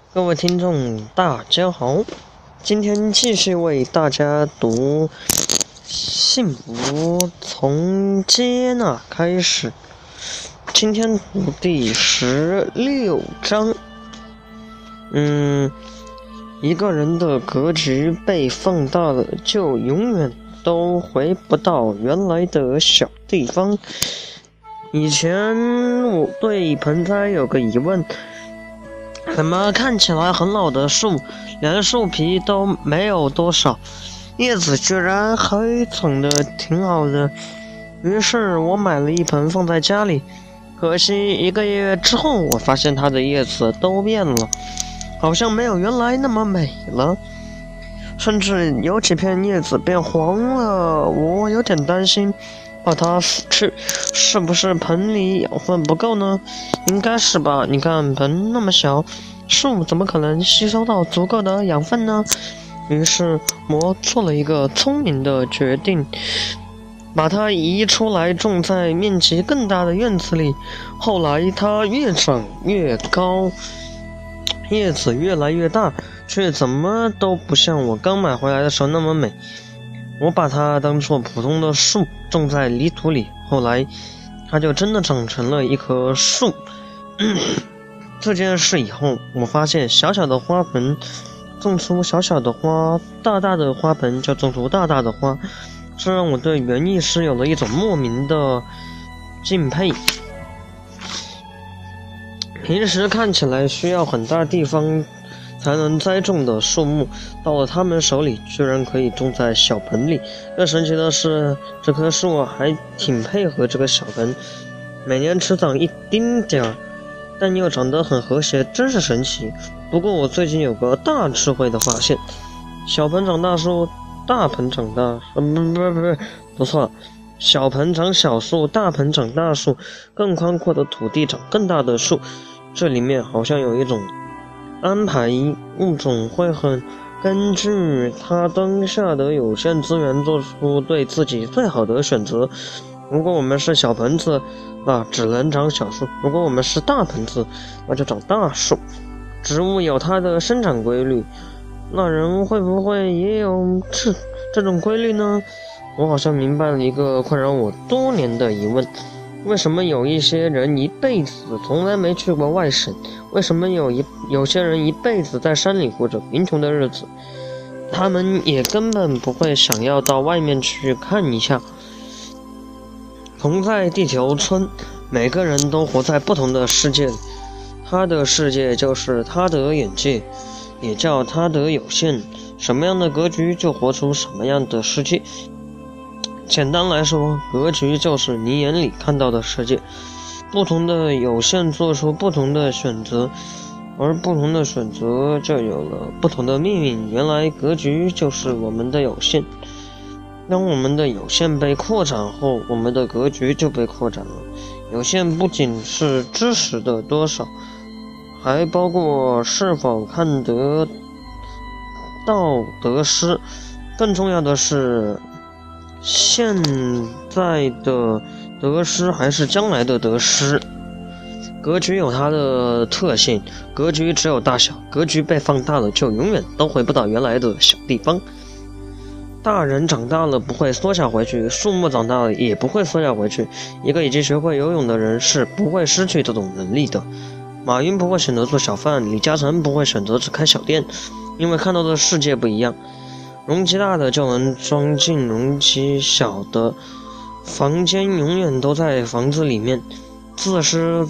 各位听众，大家好，今天继续为大家读《幸福从接纳开始》，今天读第16章。一个人的格局被放大了，就永远都回不到原来的小地方。以前我对盆栽有个疑问，怎么看起来很老的树，连树皮都没有多少，叶子居然还长得挺好的。于是我买了一盆放在家里，可惜1个月之后，我发现它的叶子都变了，好像没有原来那么美了，甚至有几片叶子变黄了。我有点担心把它死去，是不是盆里养分不够呢？应该是吧，你看盆那么小，树怎么可能吸收到足够的养分呢？于是我做了一个聪明的决定，把它移出来种在面积更大的院子里。后来它越长越高，叶子越来越大，却怎么都不像我刚买回来的时候那么美。我把它当作普通的树种在泥土里，后来它就真的长成了一棵树。这件事以后，我发现小小的花盆种出小小的花，大大的花盆就种出大大的花，这让我对园艺师有了一种莫名的敬佩。平时看起来需要很大地方才能栽种的树木，到了他们手里居然可以种在小盆里。更神奇的是，这棵树还挺配合这个小盆，每年只长一丁点儿，但又长得很和谐，真是神奇。不过我最近有个大智慧的发现，小盆长大树，大盆长大，不错，小盆长小树，大盆长大树，更宽阔的土地长更大的树。这里面好像有一种安排，物种会根据它当下的有限资源做出对自己最好的选择。如果我们是小盆子，那只能长小树；如果我们是大盆子，那就长大树。植物有它的生长规律，那人会不会也有这种规律呢？我好像明白了一个困扰我多年的疑问：为什么有一些人一辈子从来没去过外省？为什么有些人一辈子在山里过着贫穷的日子？他们也根本不会想要到外面去看一下。同在地球村，每个人都活在不同的世界里，他的世界就是他的眼界，也叫他的有限。什么样的格局就活出什么样的世界。简单来说，格局就是你眼里看到的世界，不同的有限做出不同的选择，而不同的选择就有了不同的命运。原来格局就是我们的有限，当我们的有限被扩展后，我们的格局就被扩展了。有限不仅是知识的多少，还包括是否看得到得失。更重要的是，现在的得失还是将来的得失。格局有它的特性，格局只有大小，格局被放大了，就永远都回不到原来的小地方。大人长大了不会缩小回去，树木长大了也不会缩小回去。一个已经学会游泳的人是不会失去这种能力的。马云不会选择做小贩，李嘉诚不会选择只开小店，因为看到的世界不一样。容积大的就能装进容积小的，房间永远都在房子里面。自私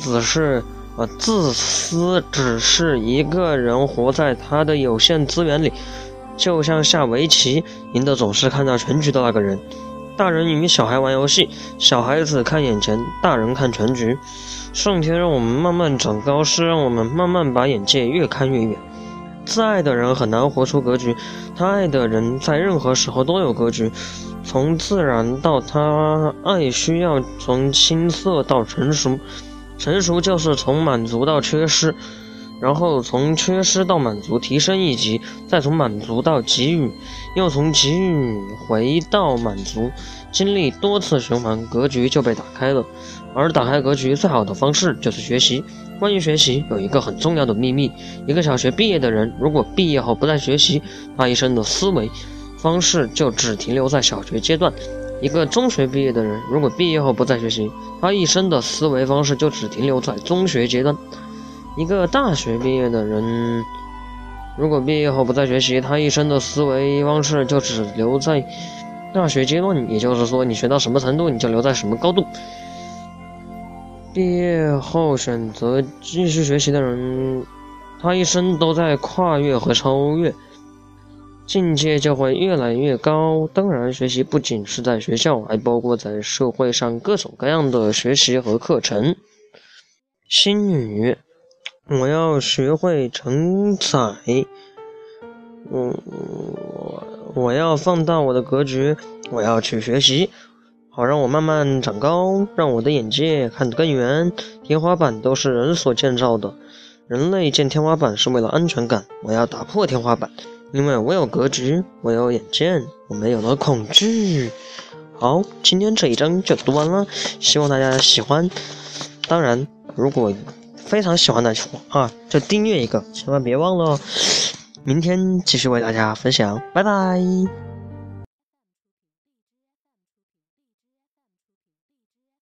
只是一个人活在他的有限资源里，就像下围棋，赢的总是看到全局的那个人。大人与小孩玩游戏，小孩子看眼前，大人看全局。上天让我们慢慢长高，是让我们慢慢把眼界越看越远。自爱的人很难活出格局，他爱的人在任何时候都有格局。从自然到他爱需要从青涩到成熟，成熟就是从满足到缺失。 然后从缺失到满足提升一级，再从满足到给予，又从给予回到满足，经历多次循环，格局就被打开了。而打开格局最好的方式就是学习。关于学习有一个很重要的秘密，一个小学毕业的人如果毕业后不再学习，他一生的思维方式就只停留在小学阶段。一个中学毕业的人如果毕业后不再学习，他一生的思维方式就只停留在中学阶段。一个大学毕业的人如果毕业后不再学习，他一生的思维方式就只留在大学阶段，也就是说你学到什么程度你就留在什么高度。毕业后选择继续学习的人，他一生都在跨越和超越，境界就会越来越高。当然，学习不仅是在学校，还包括在社会上各种各样的学习和课程。心语：我要学会承载，我要放大我的格局，我要去学习，好让我慢慢长高，让我的眼界看得更远。天花板都是人所建造的，人类建天花板是为了安全感，我要打破天花板，因为我有格局，我有眼界，我没有了恐惧。好，今天这一章就读完了，希望大家喜欢。当然如果非常喜欢的话就订阅一个，千万别忘了哦。明天继续为大家分享，拜拜。